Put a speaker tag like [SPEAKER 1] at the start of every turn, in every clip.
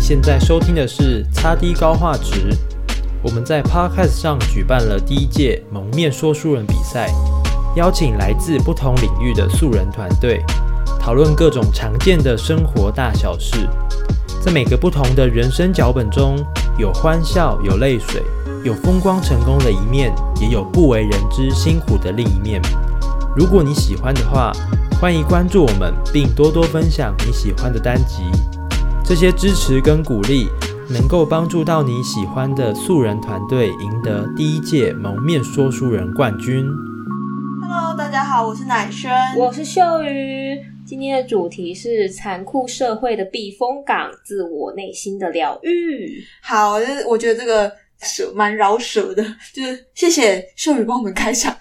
[SPEAKER 1] 现在收听的是 XD 高画质。我们在 Podcast 上举办了第一届蒙面说书人比赛，邀请来自不同领域的素人团队，讨论各种常见的生活大小事。在每个不同的人生脚本中，有欢笑，有泪水，有风光成功的一面，也有不为人知辛苦的另一面。如果你喜欢的话，欢迎关注我们，并多多分享你喜欢的单集。这些支持跟鼓励能够帮助到你喜欢的素人团队赢得第一届蒙面说书人冠军。
[SPEAKER 2] Hello， 大家好，我是乃萱，
[SPEAKER 3] 我是秀瑜。今天的主题是残酷社会的避风港，自我内心的疗愈。
[SPEAKER 2] 好，我觉得这个蛮饶舌的，就是谢谢秀瑜帮我们开场。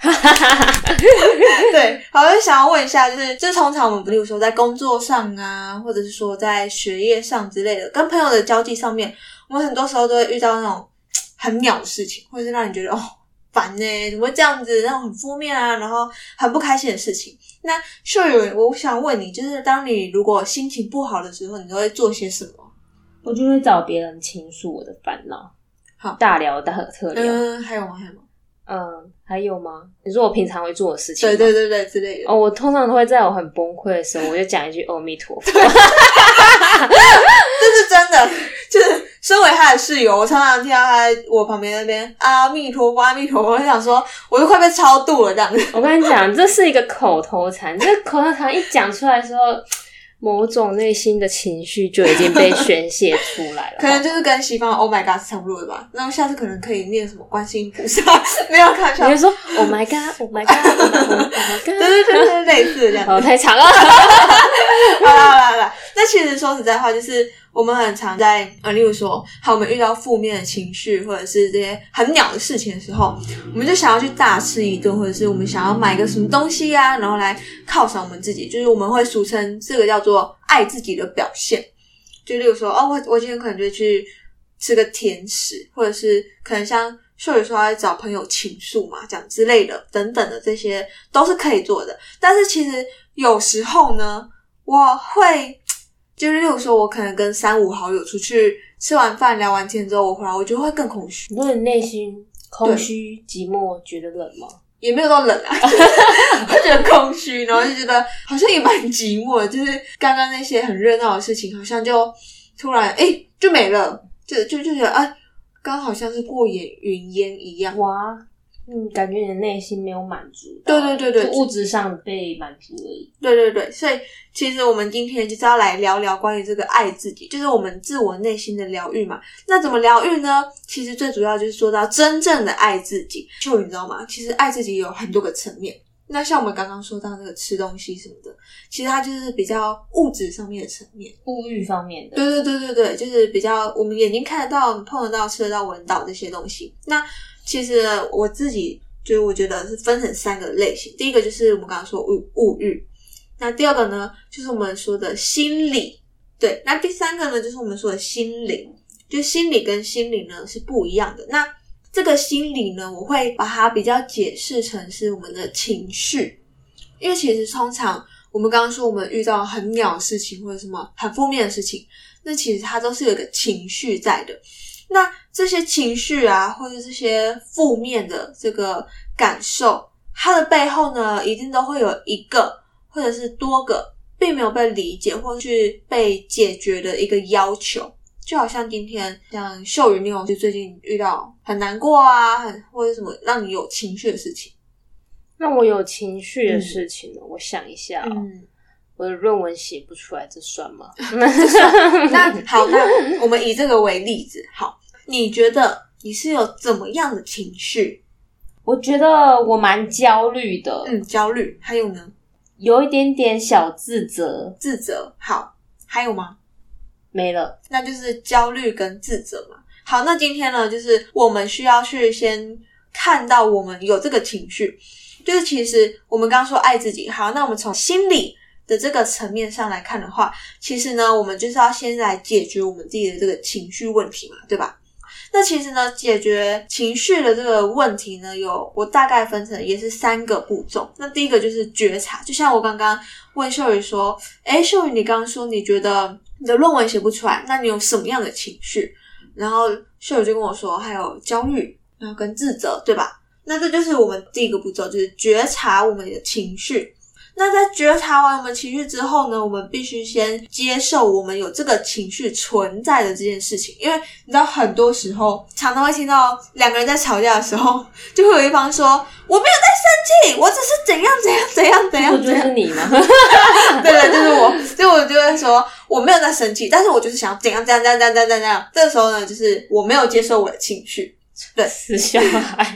[SPEAKER 2] 对，好，我就想要问一下，就是通常我们比如说在工作上啊，或者是说在学业上之类的，跟朋友的交际上面，我们很多时候都会遇到那种很鸟的事情，或者是让你觉得烦怎么会这样子，那种很负面啊，然后很不开心的事情。那秀瑜，我想问你，就是当你如果心情不好的时候，你都会做些什么？
[SPEAKER 3] 我就会找别人倾诉我的烦恼，
[SPEAKER 2] 好，
[SPEAKER 3] 大聊特聊。
[SPEAKER 2] 还有吗？
[SPEAKER 3] 还有吗？你说我平常会做的事情吗？
[SPEAKER 2] 对之类的。
[SPEAKER 3] 我通常都会在我很崩溃的时候，我就讲一句阿弥陀佛。
[SPEAKER 2] 这是真的，就是身为他的室友，我常常听到他在我旁边那边阿弥陀佛阿弥陀佛，我就想说我就快被超度了这样子。
[SPEAKER 3] 我跟你讲，这是一个口头禅，这口头禅一讲出来的时候，某种内心的情绪就已经被宣泄出来了。
[SPEAKER 2] 可能就是跟西方的 Oh my God 是差不多的吧。然后下次可能可以念什么观世音菩萨，没有看笑。
[SPEAKER 3] 你就说 Oh my God Oh my God Oh my God，
[SPEAKER 2] 对，类似的这样子。
[SPEAKER 3] 太长了。
[SPEAKER 2] 好啦。那其实说实在话，就是我们很常在例如说，我们遇到负面的情绪或者是这些很鸟的事情的时候，我们就想要去大吃一顿，或者是我们想要买个什么东西啊，然后来犒赏我们自己，就是我们会俗称这个叫做爱自己的表现。就例如说我今天可能就去吃个甜食，或者是可能像秀宇说他在找朋友倾诉嘛，这样之类的等等的，这些都是可以做的。但是其实有时候呢，我会就是例如说我可能跟3-5好友出去吃完饭聊完天之后，我回来我就会更空虚。
[SPEAKER 3] 你说你内心空虚寂寞觉得冷吗？
[SPEAKER 2] 也没有到冷啊，会觉得空虚，然后就觉得好像也蛮寂寞的，就是刚刚那些很热闹的事情好像就突然就没了，就觉得刚好像是过眼云烟一样。
[SPEAKER 3] 哇，感觉你的内心没有满足。
[SPEAKER 2] 对，
[SPEAKER 3] 就物质上被满足而已。
[SPEAKER 2] 对，所以其实我们今天就是要来聊聊关于这个爱自己，就是我们自我内心的疗愈嘛。那怎么疗愈呢？其实最主要就是说到真正的爱自己。就你知道吗？其实爱自己有很多个层面。那像我们刚刚说到那个吃东西什么的，其实它就是比较物质上面的层面，
[SPEAKER 3] 物欲方面的。
[SPEAKER 2] 对，就是比较我们眼睛看得到、碰得到、吃得到、闻到这些东西。那其实我自己就是我觉得是分成3个类型。第一个就是我们刚刚说物欲，那第二个呢就是我们说的心理，对，那第3个呢就是我们说的心灵。就心理跟心灵呢是不一样的。那这个心理呢，我会把它比较解释成是我们的情绪，因为其实通常我们刚刚说我们遇到很鸟的事情或者什么很负面的事情，那其实它都是有一个情绪在的。那这些情绪啊，或者这些负面的这个感受，它的背后呢，一定都会有一个或者是多个并没有被理解或者去被解决的一个要求。就好像今天像秀宇，你有就最近遇到很难过啊，或者什么让你有情绪的事情？
[SPEAKER 3] 让我有情绪的事情呢？我想一下我的论文写不出来，这算吗？
[SPEAKER 2] 这算。那好，那我们以这个为例子。好，你觉得你是有怎么样的情绪？
[SPEAKER 3] 我觉得我蛮焦虑的。
[SPEAKER 2] 焦虑。还有呢？
[SPEAKER 3] 有一点点小自责。
[SPEAKER 2] 自责。好，还有吗？
[SPEAKER 3] 没了。
[SPEAKER 2] 那就是焦虑跟自责嘛。好，那今天呢，就是我们需要去先看到我们有这个情绪，就是其实我们刚刚说爱自己。好，那我们从心理的这个层面上来看的话，其实呢，我们就是要先来解决我们自己的这个情绪问题嘛，对吧？ 那其实呢，解决情绪的这个问题呢，我大概分成也是3个步骤。那第一个就是觉察，就像我刚刚问秀宇说，秀宇你刚刚说你觉得你的论文写不出来，那你有什么样的情绪？然后秀宇就跟我说还有焦虑，然后跟自责，对吧？那这就是我们第一个步骤，就是觉察我们的情绪。那在觉察完我们情绪之后呢，我们必须先接受我们有这个情绪存在的这件事情。因为你知道很多时候常常会听到2个人在吵架的时候，就会有一方说我没有在生气，我只是怎样怎样怎样怎样，
[SPEAKER 3] 不就是你吗？
[SPEAKER 2] 对，就是我，所以我就会说我没有在生气，但是我就是想怎样怎样怎样怎样怎样怎样。这个时候呢，就是我没有接受我的情绪。对，
[SPEAKER 3] 死小孩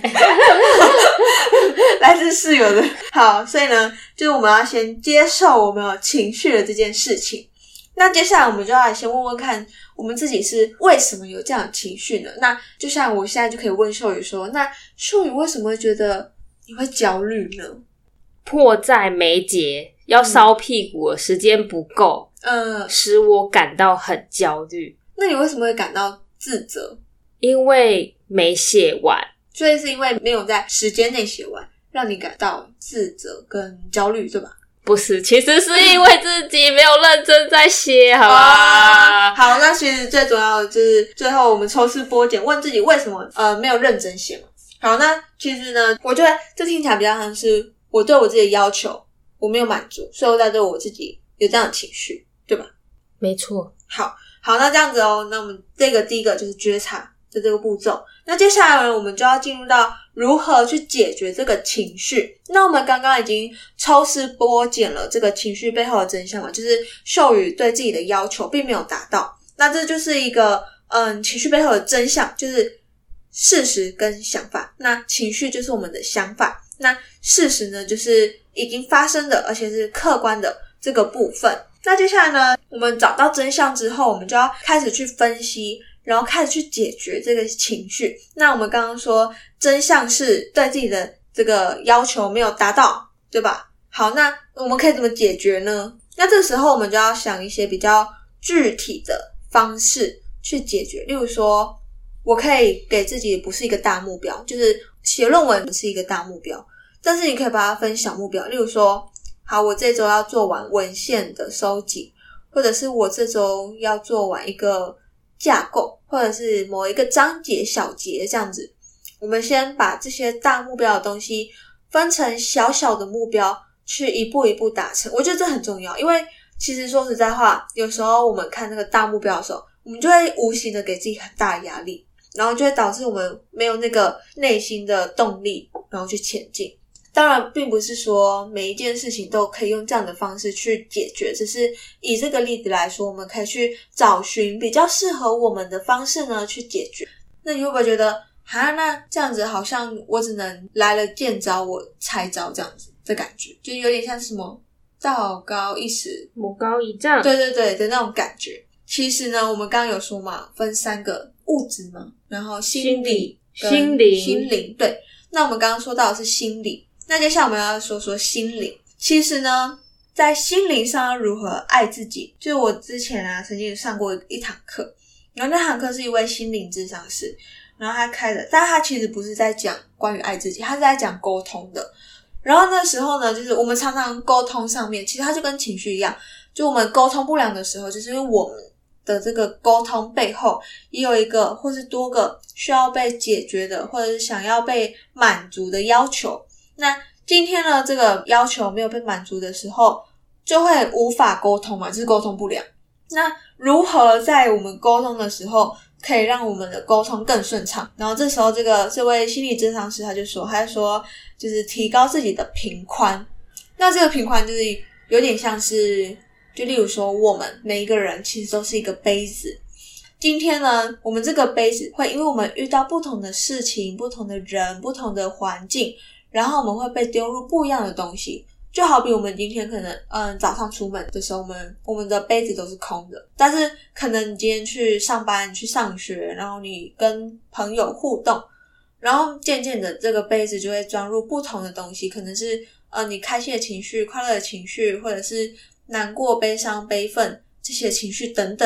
[SPEAKER 2] 来自室友的。好，所以呢，就是我们要先接受我们有情绪的这件事情。那接下来我们就要来先问问看，我们自己是为什么有这样的情绪呢？那就像我现在就可以问秀宇说，那秀宇为什么会觉得你会焦虑呢？
[SPEAKER 3] 迫在眉睫，要烧屁股了，时间不够，使我感到很焦虑。
[SPEAKER 2] 那你为什么会感到自责？
[SPEAKER 3] 因为没写完，
[SPEAKER 2] 所以是因为没有在时间内写完，让你感到自责跟焦虑，对吧？
[SPEAKER 3] 不是，其实是因为自己没有认真在写，好吧？
[SPEAKER 2] 好，那其实最主要的就是最后我们抽丝剥茧，问自己为什么没有认真写嘛。好，那其实呢，我觉得这听起来比较像是我对我自己的要求我没有满足，所以我在对我自己有这样的情绪，对吧？
[SPEAKER 3] 没错。
[SPEAKER 2] 好，那这样子哦，那我们这个第一个就是觉察的这个步骤。那接下来呢，我们就要进入到如何去解决这个情绪。那我们刚刚已经抽丝剥茧了这个情绪背后的真相嘛，就是秀宇对自己的要求并没有达到。那这就是一个情绪背后的真相，就是事实跟想法。那情绪就是我们的想法，那事实呢就是已经发生的而且是客观的这个部分。那接下来呢，我们找到真相之后，我们就要开始去分析，然后开始去解决这个情绪。那我们刚刚说真相是对自己的这个要求没有达到，对吧？好，那我们可以怎么解决呢？那这时候我们就要想一些比较具体的方式去解决。例如说，我可以给自己不是一个大目标，就是写论文不是一个大目标，但是你可以把它分小目标。例如说，好，我这周要做完文献的收集，或者是我这周要做完一个架构，或者是某一个章节小节这样子。我们先把这些大目标的东西分成小小的目标，去一步一步达成。我觉得这很重要，因为其实说实在话，有时候我们看那个大目标的时候，我们就会无形的给自己很大的压力，然后就会导致我们没有那个内心的动力，然后去前进。当然并不是说每一件事情都可以用这样的方式去解决，只是以这个例子来说，我们可以去找寻比较适合我们的方式呢去解决。那你会不会觉得那这样子好像我只能来了见招我拆招这样子的感觉，就有点像什么道高一尺
[SPEAKER 3] 魔高一丈，
[SPEAKER 2] 对的那种感觉。其实呢，我们刚刚有说嘛，分3个物质嘛，然后心理跟心灵，对。那我们刚刚说到的是心理，那接下来我们要说说心灵。其实呢，在心灵上要如何爱自己，就是我之前曾经上过一堂课，然后那堂课是一位心灵咨商师，然后他开的，但他其实不是在讲关于爱自己，他是在讲沟通的。然后那时候呢，就是我们常常沟通上面，其实它就跟情绪一样，就我们沟通不良的时候，就是因为我们的这个沟通背后也有一个或是多个需要被解决的，或者是想要被满足的要求。那今天呢，这个要求没有被满足的时候，就会无法沟通嘛，就是沟通不良。那如何在我们沟通的时候可以让我们的沟通更顺畅？然后这时候这位心理咨商师他就说就是提高自己的频宽。那这个频宽就是有点像是，就例如说我们每一个人其实都是一个杯子。今天呢，我们这个杯子会因为我们遇到不同的事情、不同的人、不同的环境，然后我们会被丢入不一样的东西。就好比我们今天可能早上出门的时候，我们的杯子都是空的，但是可能你今天去上班、去上学，然后你跟朋友互动，然后渐渐的这个杯子就会装入不同的东西，可能是你开心的情绪、快乐的情绪，或者是难过、悲伤、悲愤这些情绪等等的。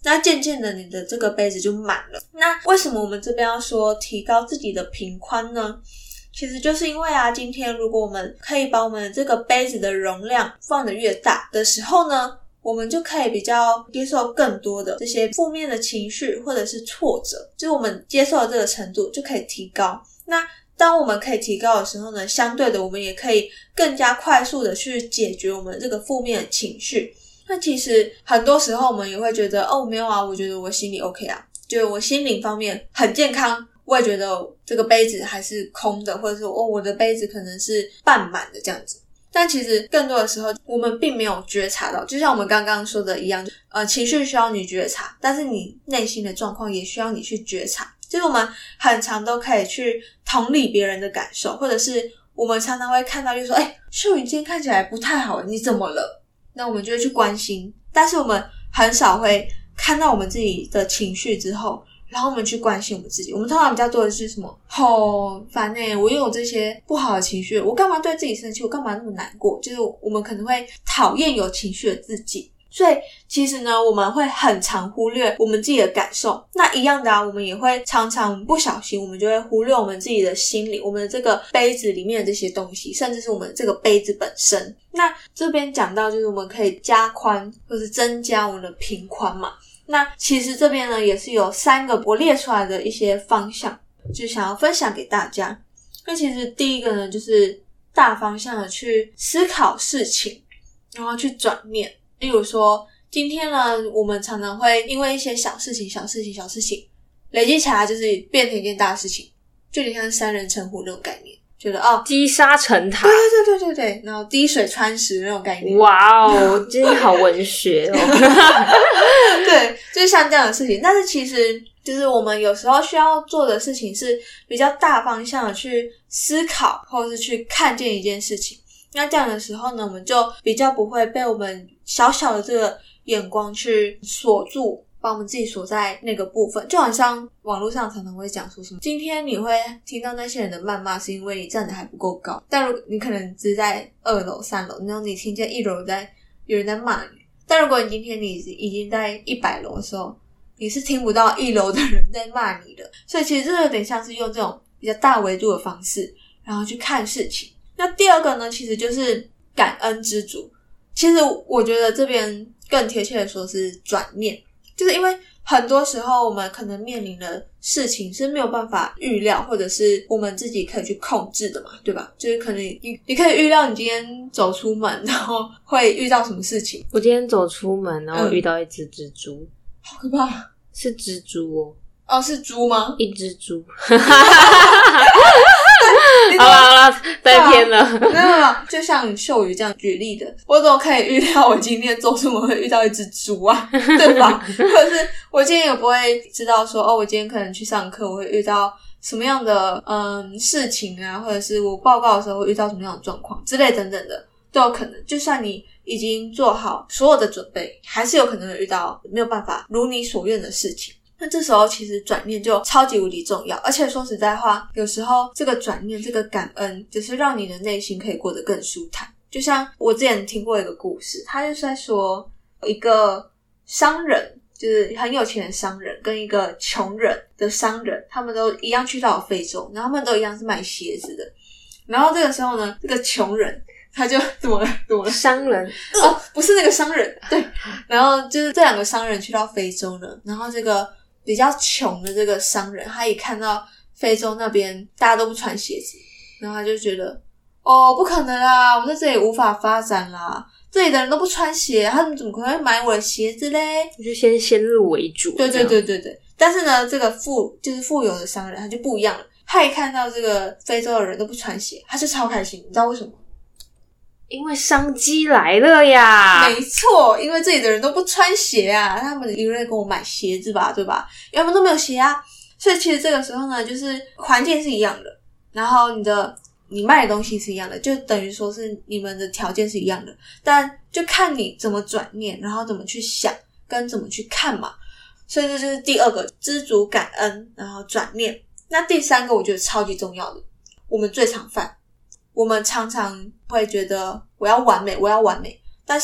[SPEAKER 2] 那渐渐的你的这个杯子就满了。那为什么我们这边要说提高自己的瓶宽呢？其实就是因为今天如果我们可以把我们这个杯子的容量放得越大的时候呢，我们就可以比较接受更多的这些负面的情绪或者是挫折，就是我们接受的这个程度就可以提高。那当我们可以提高的时候呢，相对的我们也可以更加快速的去解决我们这个负面的情绪。那其实很多时候我们也会觉得没有我觉得我心里 OK 就是我心灵方面很健康，我也觉得这个杯子还是空的，或者说我的杯子可能是半满的这样子。但其实更多的时候我们并没有觉察到，就像我们刚刚说的一样，情绪需要你觉察，但是你内心的状况也需要你去觉察。就是我们很常都可以去同理别人的感受，或者是我们常常会看到就是说秀云今天看起来不太好，你怎么了？那我们就会去关心，但是我们很少会看到我们自己的情绪之后，然后我们去关心我们自己。我们通常比较多的是什么？烦我拥有这些不好的情绪，我干嘛对自己生气？我干嘛那么难过？就是我们可能会讨厌有情绪的自己。所以其实呢，我们会很常忽略我们自己的感受。那一样的我们也会常常不小心，我们就会忽略我们自己的心理，我们的这个杯子里面的这些东西，甚至是我们这个杯子本身。那这边讲到就是我们可以加宽或是增加我们的瓶宽嘛。那其实这边呢也是有3个我列出来的一些方向，就想要分享给大家。那其实第一个呢就是大方向的去思考事情，然后去转念。例如说今天呢我们常常会因为一些小事情累积起来，就是变成一件大事情，就有点像3人成虎那种概念，觉得
[SPEAKER 3] 积沙成塔，
[SPEAKER 2] 对，然后滴水穿石那种概念。
[SPEAKER 3] 哇哦，今天好文学
[SPEAKER 2] 对，就是像这样的事情。但是其实就是我们有时候需要做的事情是比较大方向的去思考，或者是去看见一件事情。那这样的时候呢，我们就比较不会被我们小小的这个眼光去锁住，把我们自己锁在那个部分。就好像网络上常常会讲说什么，今天你会听到那些人的谩骂是因为你站得还不够高，但如果你可能只是在2楼3楼，然后你听见1楼有人在骂你，但如果你今天你已经在100楼的时候，你是听不到1楼的人在骂你的。所以其实这有点像是用这种比较大维度的方式然后去看事情。那第二个呢，其实就是感恩知足。其实我觉得这边更贴切的说是转念，就是因为很多时候我们可能面临的事情是没有办法预料，或者是我们自己可以去控制的嘛，对吧？就是可能你可以预料你今天走出门然后会遇到什么事情。
[SPEAKER 3] 我今天走出门然后遇到一只蜘蛛，
[SPEAKER 2] 好可怕。
[SPEAKER 3] 是蜘蛛
[SPEAKER 2] 是猪吗？
[SPEAKER 3] 一只猪好啦再偏了。
[SPEAKER 2] 没有，就像秀宇这样举例的，我怎么可以预料我今天走出门会遇到一只猪啊？对吧？或者是我今天也不会知道说我今天可能去上课我会遇到什么样的事情啊，或者是我报告的时候会遇到什么样的状况之类等等的都有可能。就算你已经做好所有的准备，还是有可能会遇到没有办法如你所愿的事情。那这时候其实转念就超级无敌重要，而且说实在话，有时候这个转念这个感恩就是让你的内心可以过得更舒坦。就像我之前听过一个故事，他就是在说一个商人，就是很有钱的商人跟一个穷人的商人，他们都一样去到了非洲，然后他们都一样是卖鞋子的。然后这个时候呢，这个穷人他就怎么了？
[SPEAKER 3] 商人
[SPEAKER 2] 不是那个商人，对。然后就是这2个商人去到非洲呢，然后这个比较穷的这个商人，他一看到非洲那边大家都不穿鞋子，然后他就觉得不可能啦，我在这里无法发展啦，这里的人都不穿鞋，他们怎么可能会买我的鞋子嘞？
[SPEAKER 3] 我就先入为主。
[SPEAKER 2] 对。但是呢，这个富有的商人他就不一样了，他一看到这个非洲的人都不穿鞋，他就超开心。你知道为什么？
[SPEAKER 3] 因为商机来了呀。
[SPEAKER 2] 没错，因为这里的人都不穿鞋啊，他们一定会跟我买鞋子吧，对吧？因为他们都没有鞋啊。所以其实这个时候呢，就是环境是一样的，然后你卖的东西是一样的，就等于说是你们的条件是一样的，但就看你怎么转念，然后怎么去想跟怎么去看嘛。所以这就是第2个，知足感恩然后转念。那第3个我觉得超级重要的，我们最常犯，我们常常会觉得我要完美，但是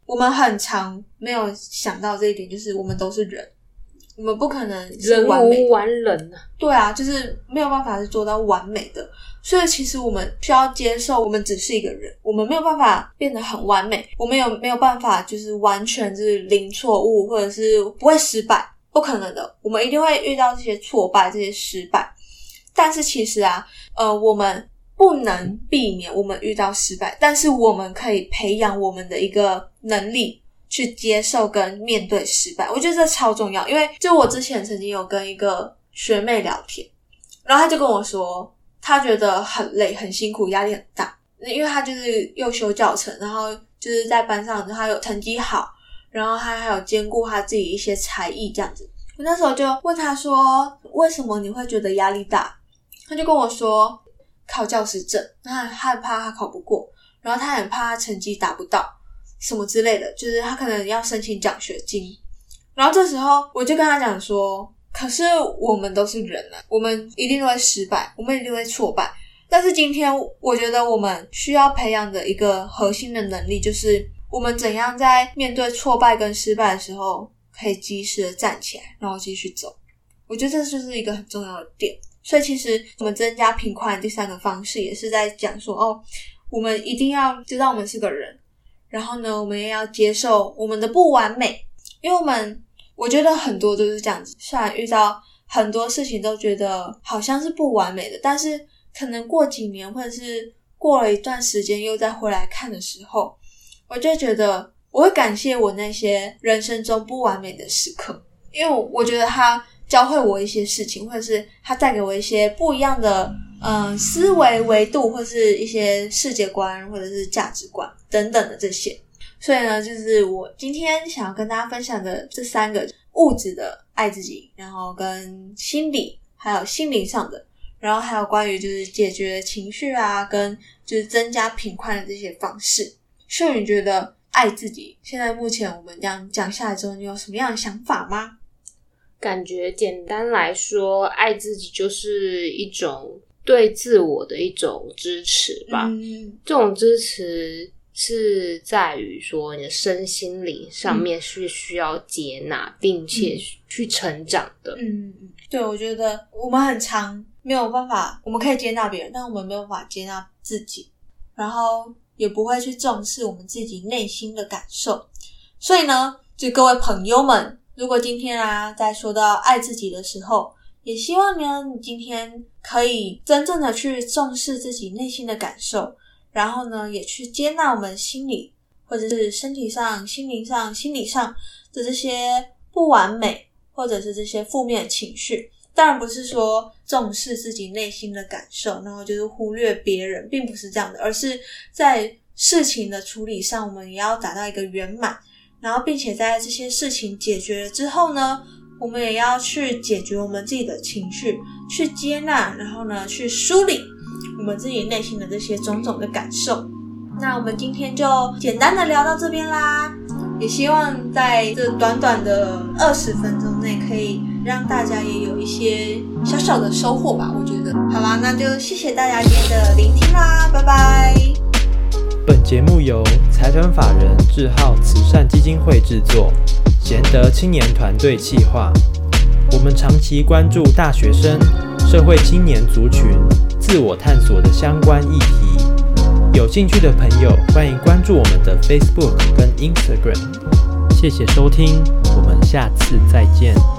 [SPEAKER 2] 我们很常没有想到这一点，就是我们都是人，我们不可能是
[SPEAKER 3] 人
[SPEAKER 2] 完美的，
[SPEAKER 3] 无完人啊。
[SPEAKER 2] 对啊，就是没有办法是做到完美的，所以其实我们需要接受我们只是一个人，我们没有办法变得很完美，我们没有办法就是完全就是零错误，或者是不会失败，不可能的，我们一定会遇到这些挫败，这些失败。但是其实啊我们不能避免我们遇到失败，但是我们可以培养我们的一个能力去接受跟面对失败，我觉得这超重要。因为就我之前曾经有跟一个学妹聊天，然后她就跟我说她觉得很累很辛苦，压力很大，因为她就是又修教程，然后就是在班上她有成绩好，然后她还有兼顾她自己一些才艺这样子。我那时候就问她说为什么你会觉得压力大，她就跟我说考教师证，她很怕她考不过，然后她很怕她成绩达不到什么之类的，就是她可能要申请奖学金。然后这时候我就跟她讲说，可是我们都是人啊，我们一定都会失败，我们一定会挫败，但是今天我觉得我们需要培养的一个核心的能力，就是我们怎样在面对挫败跟失败的时候可以及时的站起来，然后继续走。我觉得这就是一个很重要的点。所以其实我们增加频宽的第三个方式也是在讲说我们一定要知道我们是个人，然后呢我们也要接受我们的不完美，因为我觉得很多都是这样子，虽然遇到很多事情都觉得好像是不完美的，但是可能过几年或者是过了一段时间又再回来看的时候，我就觉得我会感谢我那些人生中不完美的时刻，因为我觉得它教会我一些事情，或者是它带给我一些不一样的思维维度，或是一些世界观或者是价值观等等的这些。所以呢就是我今天想要跟大家分享的这三个，物质的爱自己，然后跟心理还有心灵上的，然后还有关于就是解决情绪啊跟就是增加频宽的这些方式。秀你觉得爱自己现在目前我们这样讲下来之后，你有什么样的想法吗？
[SPEAKER 3] 感觉简单来说，爱自己就是一种对自我的一种支持吧。这种支持是在于说你的身心灵上面是需要接纳并且去成长的。
[SPEAKER 2] 对，我觉得我们很常没有办法，我们可以接纳别人，但我们没有办法接纳自己，然后也不会去重视我们自己内心的感受。所以呢就各位朋友们，如果今天在说到爱自己的时候，也希望呢你今天可以真正的去重视自己内心的感受，然后呢也去接纳我们心理或者是身体上心灵上心理上的这些不完美或者是这些负面的情绪。当然不是说重视自己内心的感受然后就是忽略别人，并不是这样的，而是在事情的处理上我们也要达到一个圆满，然后并且在这些事情解决了之后呢，我们也要去解决我们自己的情绪，去接纳，然后呢去梳理我们自己内心的这些种种的感受。那我们今天就简单的聊到这边啦，也希望在这短短的20分钟内可以让大家也有一些小小的收获吧，我觉得。好啦，那就谢谢大家今天的聆听啦，拜拜。
[SPEAKER 1] 本节目由财团法人智浩慈善基金会制作，贤德青年团队企划。我们长期关注大学生、社会青年族群自我探索的相关议题。有兴趣的朋友欢迎关注我们的 Facebook 跟 Instagram。谢谢收听，我们下次再见。